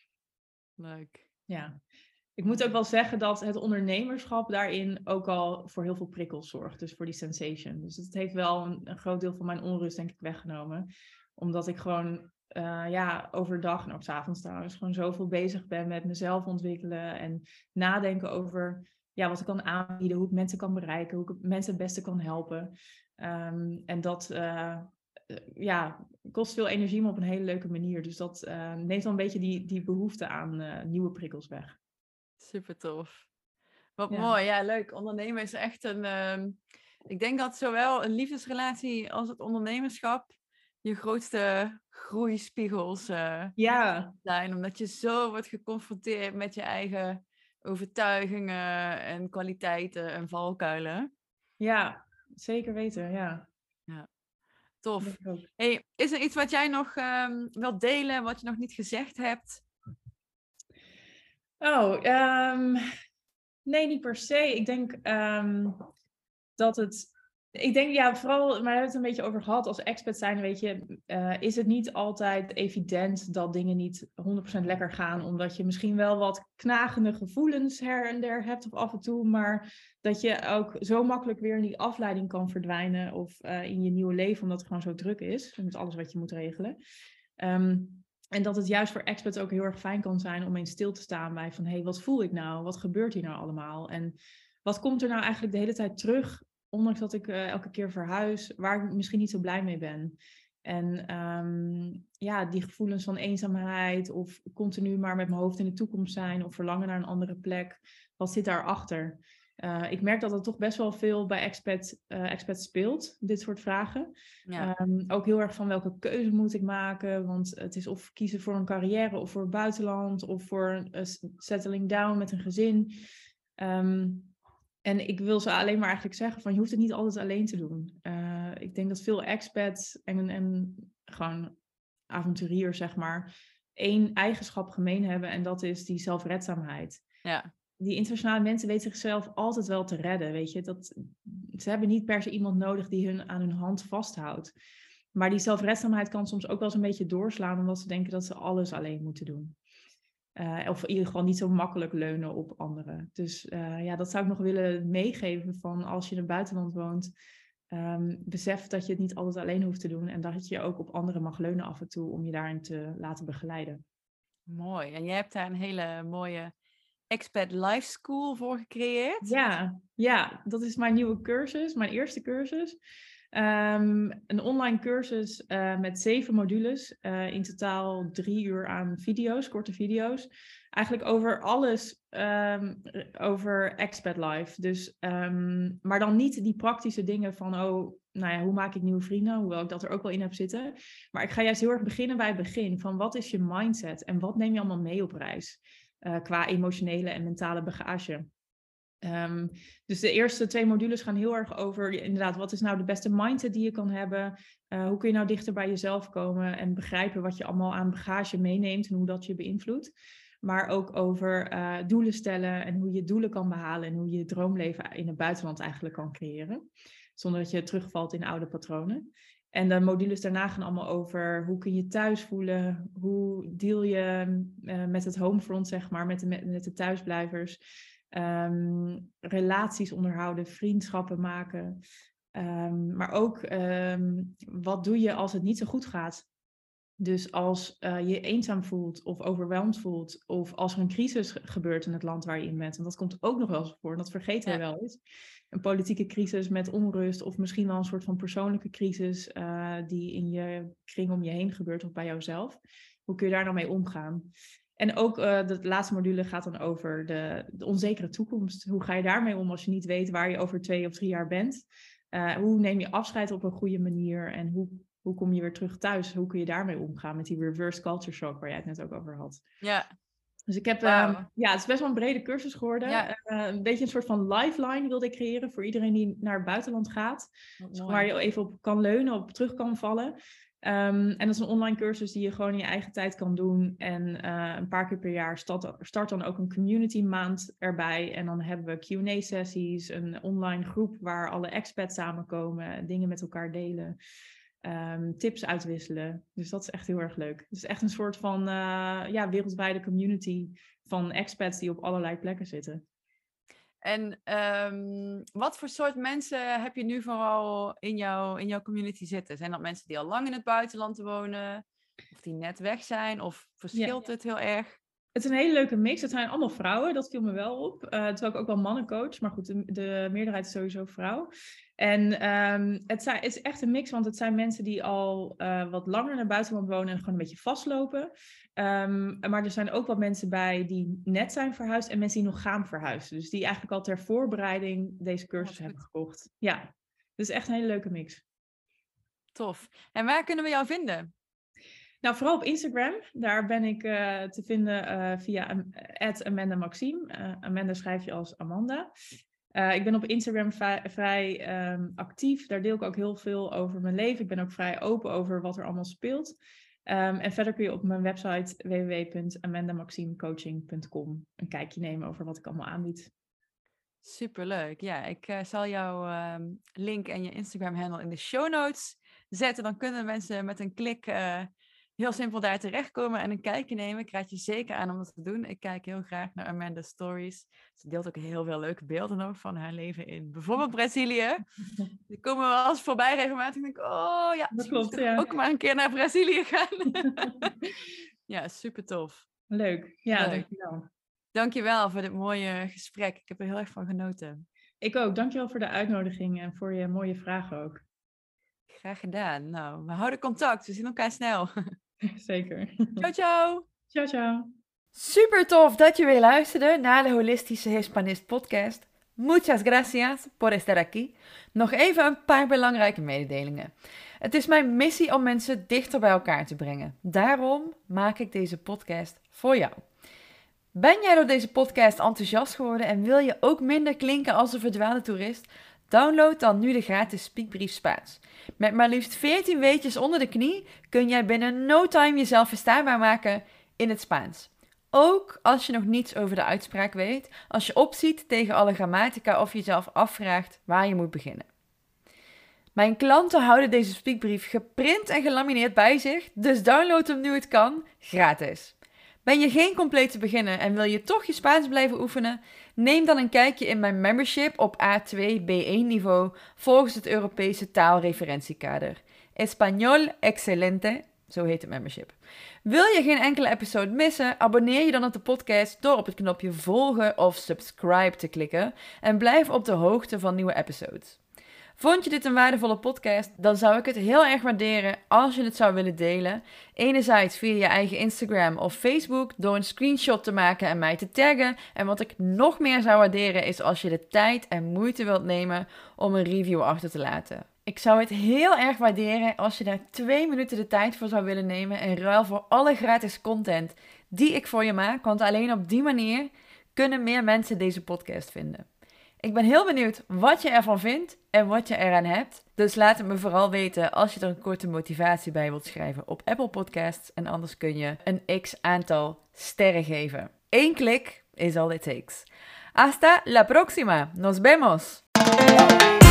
Leuk. Ja. Ik moet ook wel zeggen dat het ondernemerschap daarin ook al voor heel veel prikkels zorgt. Dus voor die sensation. Dus het heeft wel een, een groot deel van mijn onrust, denk ik, weggenomen. Omdat ik gewoon uh, ja, overdag en ook 's avonds trouwens gewoon zoveel bezig ben met mezelf ontwikkelen. En nadenken over ja, wat ik kan aanbieden, hoe ik mensen kan bereiken, hoe ik mensen het beste kan helpen. Um, en dat uh, ja, kost veel energie, maar op een hele leuke manier. Dus dat uh, neemt dan een beetje die, die behoefte aan uh, nieuwe prikkels weg. Super tof. Wat ja. mooi. Ja, leuk. Ondernemen is echt een... Um, ik denk dat zowel een liefdesrelatie als het ondernemerschap je grootste groeispiegels uh, ja. zijn. Omdat je zo wordt geconfronteerd met je eigen overtuigingen en kwaliteiten en valkuilen. Ja, zeker weten. Ja. Ja. Tof. Hey, is er iets wat jij nog um, wilt delen, wat je nog niet gezegd hebt? Oh, um, nee, niet per se. Ik denk um, dat het... Ik denk, ja, vooral, maar we hebben het een beetje over gehad, als expat zijn, weet je, uh, is het niet altijd evident dat dingen niet honderd procent lekker gaan, omdat je misschien wel wat knagende gevoelens her en der hebt of af en toe, maar dat je ook zo makkelijk weer in die afleiding kan verdwijnen of uh, in je nieuwe leven, omdat het gewoon zo druk is, met alles wat je moet regelen. Um, En dat het juist voor expats ook heel erg fijn kan zijn om eens stil te staan bij van, hé, hey, wat voel ik nou? Wat gebeurt hier nou allemaal? En wat komt er nou eigenlijk de hele tijd terug, ondanks dat ik uh, elke keer verhuis, waar ik misschien niet zo blij mee ben? En um, ja, die gevoelens van eenzaamheid of continu maar met mijn hoofd in de toekomst zijn of verlangen naar een andere plek, wat zit daarachter? Uh, ik merk dat het toch best wel veel bij expat, uh, expats speelt, dit soort vragen. Ja. Um, ook heel erg van welke keuze moet ik maken, want het is of kiezen voor een carrière of voor het buitenland of voor een settling down met een gezin. Um, en ik wil ze alleen maar eigenlijk zeggen van je hoeft het niet altijd alleen te doen. Uh, ik denk dat veel expats en, en gewoon avonturiers zeg maar één eigenschap gemeen hebben en dat is die zelfredzaamheid. Ja. Die internationale mensen weten zichzelf altijd wel te redden, weet je. Dat, ze hebben niet per se iemand nodig die hun aan hun hand vasthoudt. Maar die zelfredzaamheid kan soms ook wel eens een beetje doorslaan, omdat ze denken dat ze alles alleen moeten doen. Uh, of in ieder geval niet zo makkelijk leunen op anderen. Dus uh, ja, dat zou ik nog willen meegeven van als je in het buitenland woont, um, besef dat je het niet altijd alleen hoeft te doen en dat je ook op anderen mag leunen af en toe om je daarin te laten begeleiden. Mooi. En jij hebt daar een hele mooie Expat Life School voor gecreëerd? Ja, ja, dat is mijn nieuwe cursus, mijn eerste cursus. Um, een online cursus uh, met zeven modules, uh, in totaal drie uur aan video's, korte video's. Eigenlijk over alles, um, over expat life. Dus, um, maar dan niet die praktische dingen van, oh, nou ja, hoe maak ik nieuwe vrienden? Hoewel ik dat er ook wel in heb zitten. Maar ik ga juist heel erg beginnen bij het begin. Van wat is je mindset en wat neem je allemaal mee op reis? Uh, qua emotionele en mentale bagage. Um, dus de eerste twee modules gaan heel erg over, inderdaad, wat is nou de beste mindset die je kan hebben? Uh, hoe kun je nou dichter bij jezelf komen en begrijpen wat je allemaal aan bagage meeneemt en hoe dat je beïnvloedt? Maar ook over uh, doelen stellen en hoe je doelen kan behalen en hoe je je droomleven in het buitenland eigenlijk kan creëren. Zonder dat je terugvalt in oude patronen. En de modules daarna gaan allemaal over hoe kun je thuis voelen, hoe deal je uh, met het homefront, zeg maar, met de, met de thuisblijvers. Um, relaties onderhouden, vriendschappen maken. Um, maar ook um, wat doe je als het niet zo goed gaat? Dus als uh, je eenzaam voelt of overweldigd voelt, of als er een crisis gebeurt in het land waar je in bent. En dat komt ook nog wel eens voor, en dat vergeten we ja. wel eens. Een politieke crisis met onrust, of misschien wel een soort van persoonlijke crisis uh, die in je kring om je heen gebeurt of bij jouzelf. Hoe kun je daar nou mee omgaan? En ook uh, de laatste module gaat dan over de, de onzekere toekomst. Hoe ga je daarmee om als je niet weet waar je over twee of drie jaar bent? Uh, hoe neem je afscheid op een goede manier? En hoe, hoe kom je weer terug thuis? Hoe kun je daarmee omgaan met die reverse culture shock waar jij het net ook over had? Ja. Dus ik heb, wow. uh, ja, het is best wel een brede cursus geworden. Ja. Uh, een beetje een soort van lifeline wilde ik creëren voor iedereen die naar het buitenland gaat. Dus waar je even op kan leunen, op terug kan vallen. Um, en dat is een online cursus die je gewoon in je eigen tijd kan doen. En uh, een paar keer per jaar start, start dan ook een community maand erbij. En dan hebben we Q en A sessies, een online groep waar alle expats samenkomen, dingen met elkaar delen, um, tips uitwisselen. Dus dat is echt heel erg leuk. Het is echt een soort van uh, ja, wereldwijde community van expats die op allerlei plekken zitten. En um, wat voor soort mensen heb je nu vooral in, jou, in jouw community zitten? Zijn dat mensen die al lang in het buitenland wonen? Of die net weg zijn? Of verschilt ja. het heel erg? Het is een hele leuke mix. Het zijn allemaal vrouwen, dat viel me wel op. Uh, terwijl ik ook wel mannencoach, maar goed, de, de meerderheid is sowieso vrouw. En um, het zijn, is echt een mix, want het zijn mensen die al uh, wat langer in het buitenland wonen en gewoon een beetje vastlopen. Um, maar er zijn ook wat mensen bij die net zijn verhuisd en mensen die nog gaan verhuizen. Dus die eigenlijk al ter voorbereiding deze cursus hebben gekocht. Ja, dus echt een hele leuke mix. Tof. En waar kunnen we jou vinden? Nou, vooral op Instagram. Daar ben ik uh, te vinden uh, via at Amanda Maxime. Uh, Amanda schrijf je als Amanda. Uh, ik ben op Instagram vrij, vrij um, actief. Daar deel ik ook heel veel over mijn leven. Ik ben ook vrij open over wat er allemaal speelt. Um, en verder kun je op mijn website w w w punt amanda maxime coaching punt com een kijkje nemen over wat ik allemaal aanbied. Superleuk. Ja, ik uh, zal jouw uh, link en je Instagram handle in de show notes zetten. Dan kunnen mensen met een klik uh, heel simpel daar terechtkomen en een kijkje nemen. Ik raad je zeker aan om dat te doen. Ik kijk heel graag naar Amanda's stories. Ze deelt ook heel veel leuke beelden ook van haar leven in bijvoorbeeld Brazilië. Die komen wel eens voorbij regelmatig. Ik denk, oh ja, dat klopt, ja. ook maar een keer naar Brazilië gaan. Ja, super tof. Leuk. Ja, Leuk. dankjewel. Dankjewel voor dit mooie gesprek. Ik heb er heel erg van genoten. Ik ook. Dankjewel voor de uitnodiging en voor je mooie vragen ook. Graag gedaan. Nou, we houden contact. We zien elkaar snel. Zeker. Ciao, ciao. Ciao, ciao. Super tof dat je weer luisterde naar de Holistische Hispanist podcast. Muchas gracias por estar aquí. Nog even een paar belangrijke mededelingen. Het is mijn missie om mensen dichter bij elkaar te brengen. Daarom maak ik deze podcast voor jou. Ben jij door deze podcast enthousiast geworden en wil je ook minder klinken als een verdwaalde toerist? Download dan nu de gratis Speakbrief Spaans. Met maar liefst veertien weetjes onder de knie kun jij binnen no time jezelf verstaanbaar maken in het Spaans. Ook als je nog niets over de uitspraak weet, als je opziet tegen alle grammatica of jezelf afvraagt waar je moet beginnen. Mijn klanten houden deze speakbrief geprint en gelamineerd bij zich, dus download hem nu het kan, gratis. Ben je geen complete beginner en wil je toch je Spaans blijven oefenen? Neem dan een kijkje in mijn membership op A twee B één niveau volgens het Europese taalreferentiekader. Español Excelente, zo heet het membership. Wil je geen enkele episode missen? Abonneer je dan op de podcast door op het knopje volgen of subscribe te klikken en blijf op de hoogte van nieuwe episodes. Vond je dit een waardevolle podcast? Dan zou ik het heel erg waarderen als je het zou willen delen. Enerzijds via je eigen Instagram of Facebook door een screenshot te maken en mij te taggen. En wat ik nog meer zou waarderen is als je de tijd en moeite wilt nemen om een review achter te laten. Ik zou het heel erg waarderen als je daar twee minuten de tijd voor zou willen nemen in ruil voor alle gratis content die ik voor je maak. Want alleen op die manier kunnen meer mensen deze podcast vinden. Ik ben heel benieuwd wat je ervan vindt en wat je eraan hebt. Dus laat het me vooral weten als je er een korte motivatie bij wilt schrijven op Apple Podcasts. En anders kun je een x-aantal sterren geven. Eén klik is all it takes. Hasta la próxima. Nos vemos.